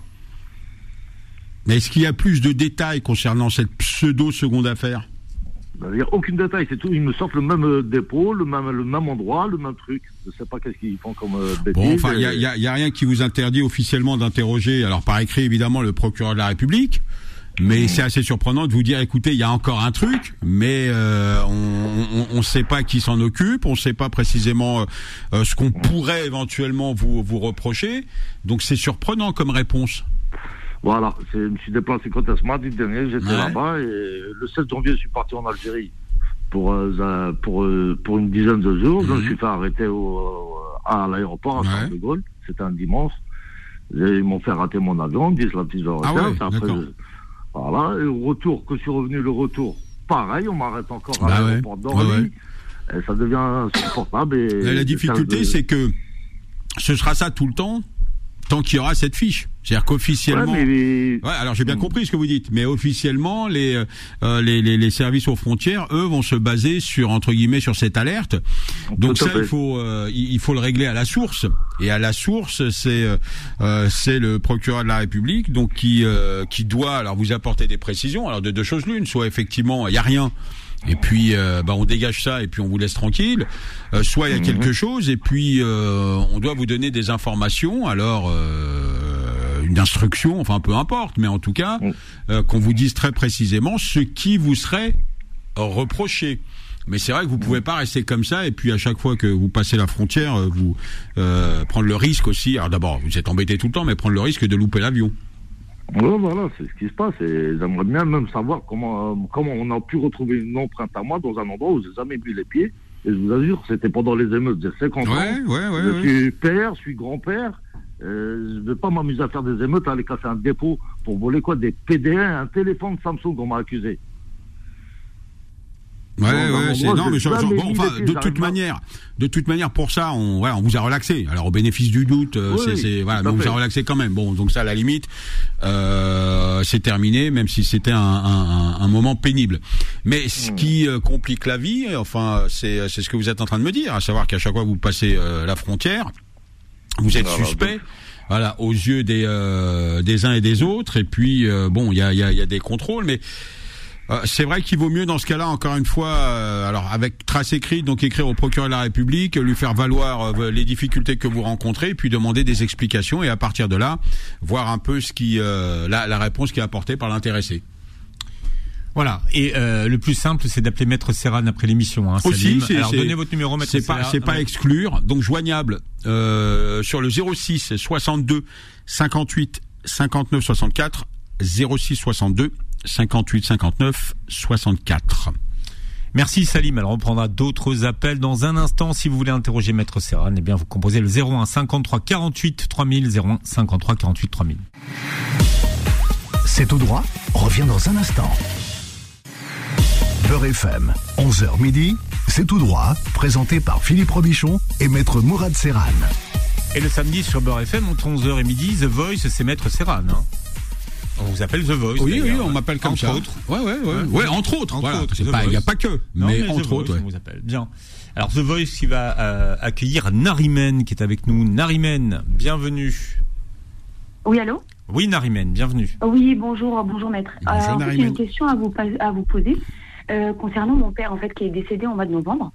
Mais est-ce qu'il y a plus de détails concernant cette pseudo-seconde affaire? Il n'y a aucun détail, c'est tout. Ils me sortent le même euh, dépôt, le même, le même endroit, le même truc. Je ne sais pas qu'est-ce qu'ils font comme euh, bêtise. Bon, enfin, il y a, Et- y a- y a rien qui vous interdit officiellement d'interroger, alors par écrit évidemment, le procureur de la République, mais c'est assez surprenant de vous dire, écoutez, il y a encore un truc, mais euh, on ne sait pas qui s'en occupe, on ne sait pas précisément euh, ce qu'on pourrait éventuellement vous, vous reprocher, donc c'est surprenant comme réponse. Voilà, c'est- je me suis déplacé quand ce mardi dernier, j'étais Ouais. là-bas, et le sept janvier, je suis parti en Algérie pour, euh, pour, euh, pour une dizaine de jours. Mhm. Je me suis fait arrêter au, à l'aéroport à Ouais. Charles de Gaulle. C'était un dimanche. Et ils m'ont fait rater mon avion, ils disent la petite Ah ouais, Après, d'accord. je- voilà, et au retour, que je suis revenu, le retour, pareil, on m'arrête encore à Bah ouais. l'aéroport d'Orly. Ouais, ouais. Et ça devient insupportable. Et Et la difficulté, de- c'est que ce sera ça tout le temps, tant qu'il y aura cette fiche. C'est-à-dire qu'officiellement, Ouais, mais... ouais, alors j'ai bien compris ce que vous dites, mais officiellement, les, euh, les, les, les services aux frontières, eux, vont se baser sur, entre guillemets, sur cette alerte. Donc ça, il faut, euh, il faut le régler à la source. Et à la source, c'est, euh, c'est le procureur de la République, donc qui, euh, qui doit, alors vous apporter des précisions. Alors de deux choses l'une, soit effectivement, il y a rien. Et puis, euh, bah, on dégage ça et puis on vous laisse tranquille. Euh, soit il y a quelque chose et puis euh, on doit vous donner des informations. Alors, euh, une instruction, enfin peu importe, mais en tout cas, euh, qu'on vous dise très précisément ce qui vous serait reproché. Mais c'est vrai que vous pouvez pas rester comme ça et puis à chaque fois que vous passez la frontière, vous euh, prendre le risque aussi. Alors d'abord, vous êtes embêté tout le temps, mais prendre le risque de louper l'avion. Ouais, voilà, c'est ce qui se passe. Et j'aimerais bien même savoir comment, euh, comment on a pu retrouver une empreinte à moi dans un endroit où j'ai jamais mis les pieds. Et je vous assure, c'était pendant les émeutes. J'ai cinquante ouais, ans. Ouais, ouais, je ouais. suis père, je suis grand-père. Euh, je ne vais pas m'amuser à faire des émeutes, à aller casser un dépôt pour voler quoi, des P D un, un téléphone Samsung, on m'a accusé. Ouais, non, ouais, c'est, non, mais genre, genre, bon, enfin, de toute manière, de toute manière, pour ça, on, ouais, on vous a relaxé. Alors, au bénéfice du doute, euh, oui, c'est, c'est, voilà, mais on vous a relaxé quand même. Bon, donc ça, à la limite, euh, c'est terminé, même si c'était un, un, un moment pénible. Mais ce qui euh, complique la vie, enfin, c'est, c'est ce que vous êtes en train de me dire, à savoir qu'à chaque fois que vous passez euh, la frontière, vous êtes alors, suspect. Donc... Voilà, aux yeux des, euh, des uns et des autres. Et puis, euh, bon, il y a, il y a, il y a des contrôles, mais Euh, c'est vrai qu'il vaut mieux dans ce cas-là, encore une fois, euh, alors avec trace écrite, donc écrire au procureur de la République, lui faire valoir euh, les difficultés que vous rencontrez, puis demander des explications et à partir de là, voir un peu ce qui, euh, la, la réponse qui est apportée par l'intéressé. Voilà. Et euh, le plus simple, c'est d'appeler Maître Serran après l'émission. Hein, Aussi, c'est, alors c'est, donnez votre numéro, Maître c'est Serran. pas, c'est pas exclure. Donc joignable euh, sur le zéro six soixante-deux cinquante-huit cinquante-neuf soixante-quatre zéro six soixante-deux cinquante-huit cinquante-neuf soixante-quatre. Merci Salim. Alors on prendra d'autres appels dans un instant. Si vous voulez interroger Maître Serran, eh bien vous composez le zéro un cinquante-trois quarante-huit trois mille, zéro un cinquante-trois quarante-huit trois mille. C'est tout droit, revient dans un instant. Beurre F M, onze heures midi, c'est tout droit, présenté par Philippe Robichon et Maître Mourad Serran. Et le samedi sur Beurre F M, entre onze heures et midi, The Voice, c'est Maître Serran. Hein. On vous appelle The Voice. Oui, oui, on m'appelle comme entre ça. Autres. Ouais, ouais, ouais. Ouais, ouais entre autres. Entre voilà. autres, Il n'y a pas que, non, mais, mais entre The autres, Voice, ouais. on vous appelle. Bien. Alors The Voice qui va euh, accueillir Narimen qui est avec nous. Narimen, bienvenue. Oui, allô? Oui, Narimen, bienvenue. Oui, bonjour, bonjour maître. Bonjour, euh, en fait, Narimen. j'ai une question à vous, à vous poser euh, concernant mon père en fait qui est décédé en mois de novembre.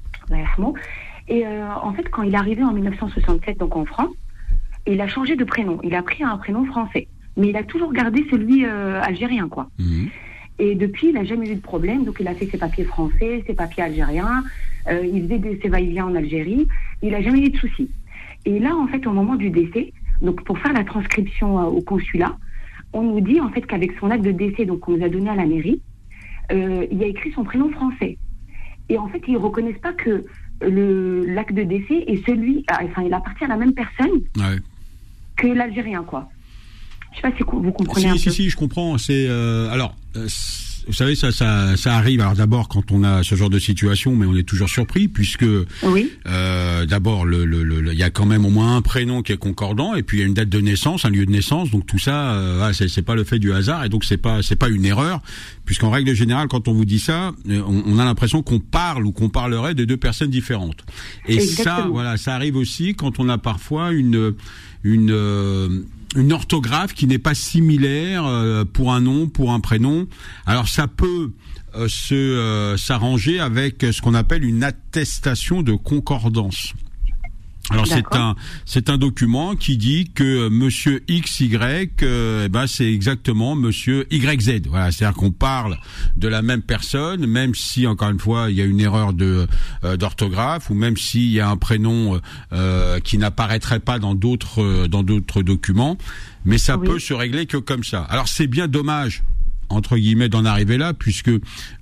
Et euh, en fait, quand il est arrivé en dix-neuf cent soixante-sept, donc en France, il a changé de prénom. Il a pris un prénom français. Mais il a toujours gardé celui euh, algérien, quoi. Mmh. Et depuis, il n'a jamais eu de problème. Donc, il a fait ses papiers français, ses papiers algériens. Euh, il faisait des, ses va-et-vient en Algérie. Il n'a jamais eu de soucis. Et là, en fait, au moment du décès, donc pour faire la transcription euh, au consulat, on nous dit, en fait, qu'avec son acte de décès, donc qu'on nous a donné à la mairie, euh, il a écrit son prénom français. Et en fait, ils ne reconnaissent pas que le, l'acte de décès est celui... Enfin, il appartient à la même personne ouais. que l'Algérien, quoi. Je sais pas si vous comprenez si, un si, peu. Si, si, je comprends. C'est euh, alors, euh, vous savez, ça, ça, ça arrive. Alors d'abord, quand on a ce genre de situation, mais on est toujours surpris puisque oui. euh, d'abord, le, le, le, il y a quand même au moins un prénom qui est concordant, et puis il y a une date de naissance, un lieu de naissance. Donc tout ça, euh, c'est, c'est pas le fait du hasard, et donc c'est pas, c'est pas une erreur, puisqu'en règle générale, quand on vous dit ça, on, on a l'impression qu'on parle ou qu'on parlerait de deux personnes différentes. Et exactement. Ça, voilà, ça arrive aussi quand on a parfois une, une euh, une orthographe qui n'est pas similaire euh, pour un nom, pour un prénom. Alors ça peut euh, se euh, s'arranger avec ce qu'on appelle une attestation de concordance. Alors D'accord. c'est un c'est un document qui dit que Monsieur X Y, euh, eh ben c'est exactement Monsieur Y Z. Voilà, c'est-à-dire qu'on parle de la même personne, même si encore une fois il y a une erreur de euh, d'orthographe, ou même s'il y a un prénom euh, qui n'apparaîtrait pas dans d'autres euh, dans d'autres documents, mais ça oui. peut se régler que comme ça. Alors c'est bien dommage entre guillemets d'en arriver là, puisque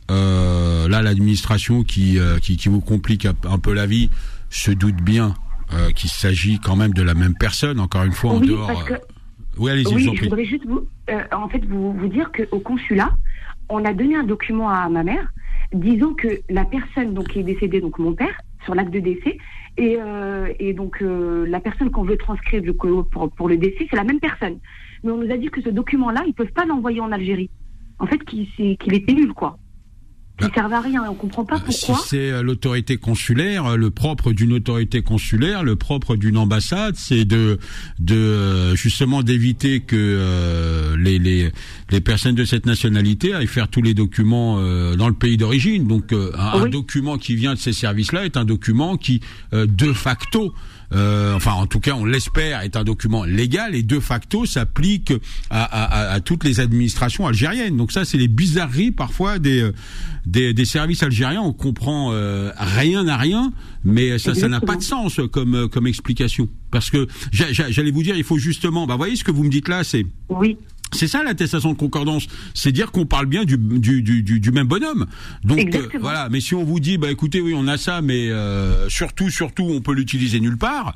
euh, là l'administration qui, euh, qui qui vous complique un peu la vie se doute bien. Euh, qu'il s'agit quand même de la même personne, encore une fois, en oui, dehors... Parce que, oui, allez-y, oui, je vous en je prie. voudrais juste vous, euh, en fait, vous, vous dire qu'au consulat, on a donné un document à ma mère disant que la personne donc, qui est décédée, donc mon père, sur l'acte de décès. Et, euh, et donc, euh, la personne qu'on veut transcrire du coup, pour, pour le décès, c'est la même personne. Mais on nous a dit que ce document-là, ils ne peuvent pas l'envoyer en Algérie. En fait, qu'il, c'est, qu'il était nul, quoi. Qui ne servent à rien. On ne comprend pas pourquoi. Si c'est l'autorité consulaire, le propre d'une autorité consulaire, le propre d'une ambassade, c'est de, de justement d'éviter que euh, les, les, les personnes de cette nationalité aillent faire tous les documents euh, dans le pays d'origine. Donc, euh, un, oui. un document qui vient de ces services-là est un document qui, euh, de facto, Euh, enfin, en tout cas, on l'espère, est un document légal et de facto s'applique à, à, à toutes les administrations algériennes. Donc ça, c'est les bizarreries parfois des des, des services algériens. On comprend euh, rien à rien, mais ça, ça n'a pas de sens comme comme explication. Parce que j'allais vous dire, il faut justement, bah, voyez ce que vous me dites là, c'est oui. C'est ça l'attestation de concordance, c'est dire qu'on parle bien du du du, du même bonhomme. Donc euh, voilà, mais si on vous dit bah écoutez oui on a ça, mais euh, surtout surtout on peut l'utiliser nulle part.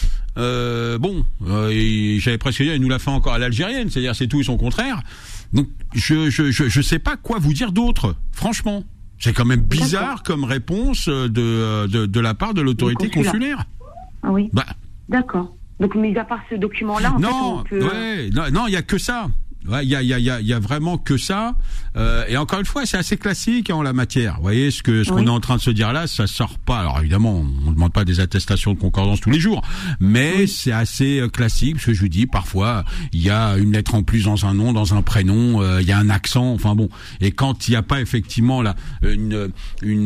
Euh, bon, euh, j'avais presque dit il nous l'a fait encore à l'algérienne, c'est-à-dire c'est tout et son contraire. Donc je je je je sais pas quoi vous dire d'autre, franchement. C'est quand même bizarre D'accord. comme réponse de de de la part de l'autorité consulaire. Ah oui. Bah. D'accord. Donc, mis à part ce document-là, en non, fait, on peut... ouais, non, non, il y a que ça. Ouais, il y a, il y a, il y a, il y a vraiment que ça. Euh, et encore une fois, c'est assez classique en la matière. Vous voyez, ce que, ce oui. qu'on est en train de se dire là, ça sort pas. Alors évidemment, on ne demande pas des attestations de concordance tous les jours, mais oui. c'est assez classique. Parce que je vous dis, parfois, il y a une lettre en plus dans un nom, dans un prénom, euh, il y a un accent. Enfin bon. Et quand il n'y a pas effectivement là une, une,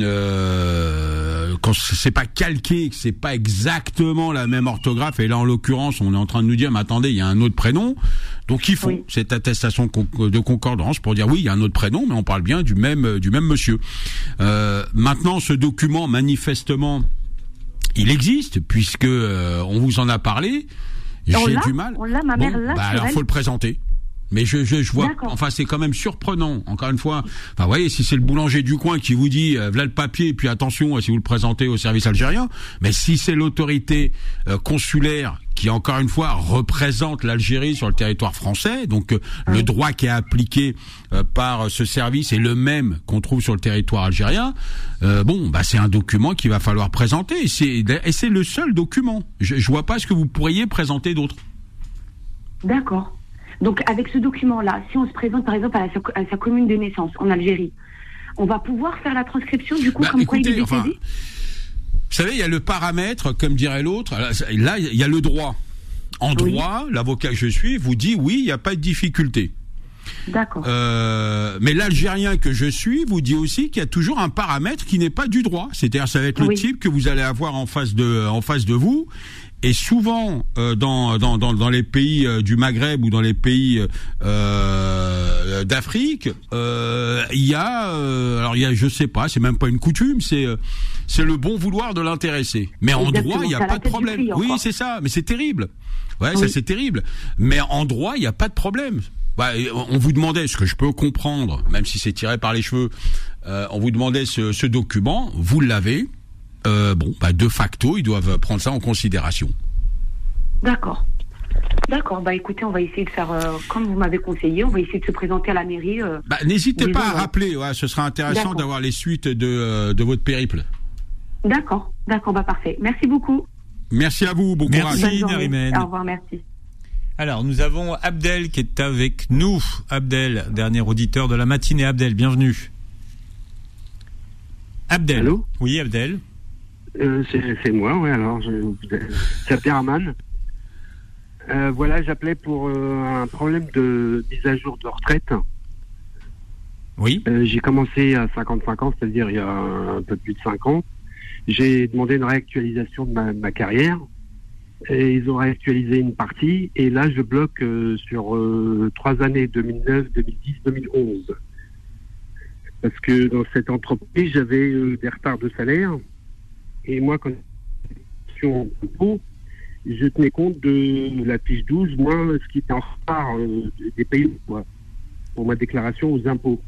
euh, quand c'est pas calqué, que c'est pas exactement la même orthographe. Et là, en l'occurrence, on est en train de nous dire, mais attendez, il y a un autre prénom. Donc il faut oui. cette attestation de concordance pour dire oui, il y a un autre prénom, mais on parle bien du même du même monsieur. Euh, maintenant, ce document, manifestement, il existe puisque euh, on vous en a parlé. J'ai du mal. On l'a, ma bon, mère l'a. Bah alors, faut le présenter. Mais je, je, je vois, D'accord. enfin c'est quand même surprenant. Encore une fois, enfin vous voyez, si c'est le boulanger du coin qui vous dit euh, voilà le papier, puis attention si vous le présentez au service algérien, mais si c'est l'autorité euh, consulaire qui encore une fois représente l'Algérie sur le territoire français, donc euh, oui. le droit qui est appliqué euh, par ce service est le même qu'on trouve sur le territoire algérien. Euh, bon, bah c'est un document qu'il va falloir présenter et c'est, et c'est le seul document. Je, je vois pas ce que vous pourriez présenter d'autre. D'accord. Donc, avec ce document-là, si on se présente, par exemple, à, la, à sa commune de naissance, en Algérie, on va pouvoir faire la transcription, du coup, bah, comme écoutez, quoi il est décédé enfin, vous savez, il y a le paramètre, comme dirait l'autre. Là, il y a le droit. En droit, oui. l'avocat que je suis vous dit, oui, il n'y a pas de difficulté. D'accord. Euh, mais l'Algérien que je suis vous dit aussi qu'il y a toujours un paramètre qui n'est pas du droit. C'est-à-dire, ça va être le oui. type que vous allez avoir en face de, en face de vous. Et souvent, euh, dans, dans, dans, dans les pays euh, du Maghreb ou dans les pays euh, d'Afrique, euh, il y a, euh, alors il y a, je sais pas, c'est même pas une coutume, c'est c'est le bon vouloir de l'intéressé. Mais en Exactement, droit, il y a pas de problème. Client, oui, c'est ça, mais c'est terrible. Ouais, oui. ça c'est terrible. Mais en droit, il y a pas de problème. Bah, on vous demandait, ce que je peux comprendre, même si c'est tiré par les cheveux, euh, on vous demandait ce, ce document, vous l'avez. Euh, bon, bah de facto, ils doivent prendre ça en considération. D'accord. D'accord. Bah écoutez, on va essayer de faire euh, comme vous m'avez conseillé. On va essayer de se présenter à la mairie. Euh, bah n'hésitez pas à rappeler. Ouais, ce sera intéressant D'accord. d'avoir les suites de euh, de votre périple. D'accord. D'accord. Bah parfait. Merci beaucoup. Merci à vous. Bon merci, courage. Merci Narimène. Au revoir. Merci. Alors, nous avons Abdel qui est avec nous. Abdel, dernier auditeur de la matinée. Abdel, bienvenue. Abdel. Allô ? Oui, Abdel. Euh, c'est, c'est moi, ouais, alors, je, c'est Abderrahman. Euh, voilà, j'appelais pour euh, un problème de mise à jour de retraite. Oui. Euh, j'ai commencé à cinquante-cinq ans, c'est-à-dire il y a un peu plus de cinq ans. J'ai demandé une réactualisation de ma, de ma carrière. Et ils ont réactualisé une partie. Et là, je bloque euh, sur euh, trois années, deux mille neuf, deux mille dix, deux mille onze. Parce que dans cette entreprise, j'avais euh, des retards de salaire. Et moi, quand je tenais compte de la fiche douze, moi, ce qui était en retard euh, des pays, moi, pour ma déclaration aux impôts.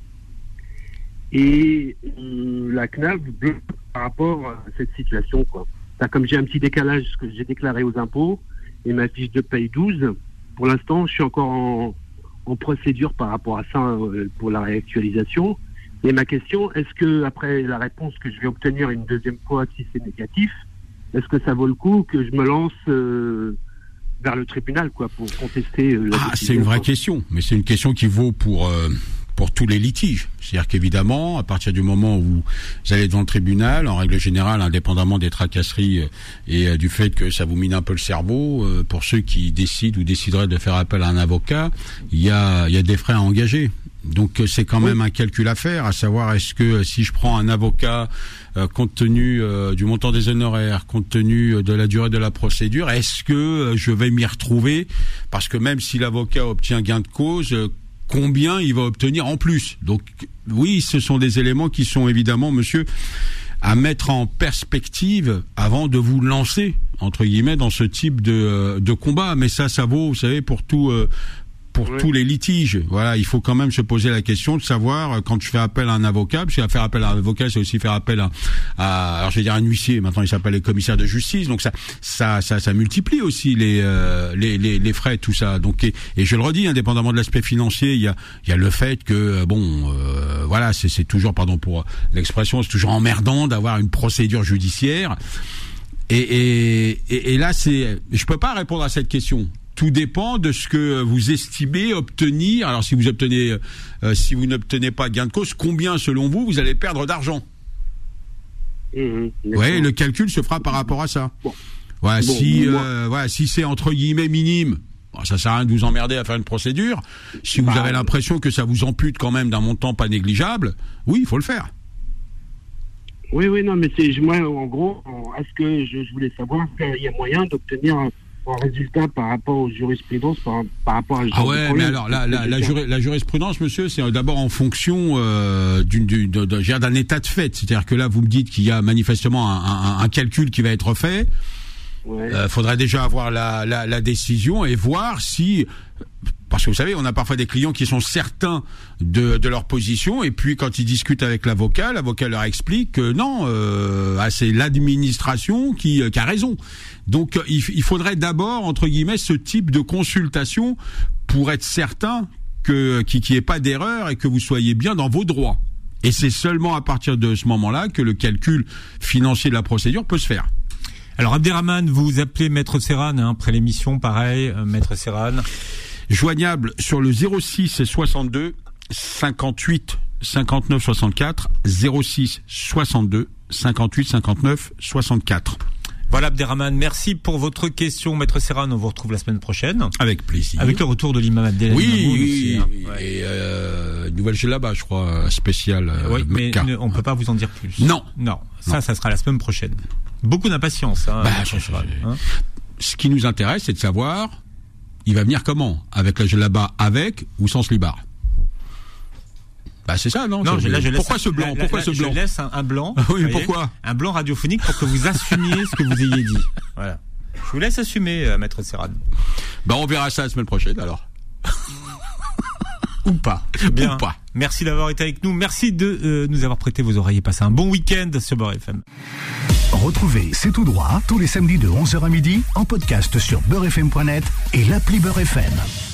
Et euh, la C N A V bloque par rapport à cette situation, quoi. Là, comme j'ai un petit décalage, ce que j'ai déclaré aux impôts, et ma fiche de paye douze, pour l'instant, je suis encore en, en procédure par rapport à ça euh, pour la réactualisation. Et ma question, est-ce que après la réponse que je vais obtenir une deuxième fois, si c'est négatif, est-ce que ça vaut le coup que je me lance euh, vers le tribunal, quoi, pour contester euh, la Ah, décision, c'est une vraie quoi. question, mais c'est une question qui vaut pour euh, pour tous les litiges. C'est-à-dire qu'évidemment, à partir du moment où vous allez devant le tribunal, en règle générale, indépendamment des tracasseries et euh, du fait que ça vous mine un peu le cerveau, euh, pour ceux qui décident ou décideraient de faire appel à un avocat, il y a il y a des frais à engager. Donc c'est quand même un calcul à faire, à savoir est-ce que si je prends un avocat euh, compte tenu euh, du montant des honoraires, compte tenu de la durée de la procédure, est-ce que euh, je vais m'y retrouver? Parce que même si l'avocat obtient gain de cause, euh, combien il va obtenir en plus? Donc oui, ce sont des éléments qui sont évidemment, monsieur, à mettre en perspective avant de vous lancer, entre guillemets, dans ce type de, de combat. Mais ça, ça vaut, vous savez, pour tout... Euh, pour oui. tous les litiges. Voilà, il faut quand même se poser la question de savoir, quand je fais appel à un avocat, parce que faire appel à un avocat, c'est aussi faire appel à, à alors je vais dire un huissier, maintenant il s'appelle les commissaires de justice, donc ça ça ça, ça multiplie aussi les, euh, les les les frais, tout ça. Donc et, et je le redis, indépendamment de l'aspect financier, il y a il y a le fait que bon euh, voilà, c'est c'est toujours, pardon pour l'expression, c'est toujours emmerdant d'avoir une procédure judiciaire. Et et et, et là c'est je peux pas répondre à cette question. Tout dépend de ce que vous estimez obtenir. Alors si vous obtenez, euh, si vous n'obtenez pas gain de cause, combien selon vous vous allez perdre d'argent? mmh, Ouais, le calcul se fera par rapport à ça. Bon. Voilà, bon, si bon, euh, voilà, si c'est entre guillemets minime, bon, ça sert à rien de vous emmerder à faire une procédure. Si bah, vous avez l'impression que ça vous ampute quand même d'un montant pas négligeable, oui, il faut le faire. Oui, oui, non, mais c'est moi en gros, est-ce que je, je voulais savoir s'il y a moyen d'obtenir un un résultat par rapport aux jurisprudences, par, par rapport à... Ah ouais, mais alors la, la, la, juri, la jurisprudence, monsieur, c'est d'abord en fonction euh, d'une, d'une, d'un état de fait. C'est-à-dire que là, vous me dites qu'il y a manifestement un, un, un calcul qui va être fait. Ouais. Euh, faudrait déjà avoir la, la, la décision et voir si... Parce que vous savez, on a parfois des clients qui sont certains de, de leur position, et puis quand ils discutent avec l'avocat, l'avocat leur explique que non, euh, ah, c'est l'administration qui, qui a raison. Donc il, il faudrait d'abord, entre guillemets, ce type de consultation pour être certain que qu'il n'y ait pas d'erreur et que vous soyez bien dans vos droits. Et c'est seulement à partir de ce moment-là que le calcul financier de la procédure peut se faire. Alors Abderrahmane, vous appelez Maître Serran, hein, après l'émission, pareil, euh, Maître Serran. Joignable sur le zéro six soixante-deux cinquante-huit cinquante-neuf soixante-quatre, zéro six soixante-deux cinquante-huit cinquante-neuf soixante-quatre. Voilà Abderrahmane, merci pour votre question, Maître Serran. On vous retrouve la semaine prochaine. Avec plaisir. Avec le retour de l'imam Abdelhamid. Oui, oui, aussi, hein. Ouais. Et euh, nouvelle Gelaba, je crois, spéciale. Euh, oui, mais ne, on peut pas vous en dire plus. Non, non, ça, non. ça sera la semaine prochaine. Beaucoup d'impatience. Hein, bah, je, je, hein. Ce qui nous intéresse, c'est de savoir, il va venir comment? Avec la Gelaba, avec ou sans slibard? Bah c'est ça, non, non je, là, je Pourquoi laisse, ce blanc là, Pourquoi là, ce blanc Je laisse un, un blanc. Oui, mais pourquoi? Un blanc radiophonique pour que vous assumiez ce que vous ayez dit. Voilà. Je vous laisse assumer, euh, Maître Serran. Bah on verra ça la semaine prochaine alors. Ou pas. Bien. Ou pas. Merci d'avoir été avec nous. Merci de euh, nous avoir prêté vos oreilles et passé un bon week-end sur Beurre F M. Retrouvez C'est tout droit tous les samedis de onze heures à midi en podcast sur beurre f m point net et l'appli Beurre F M.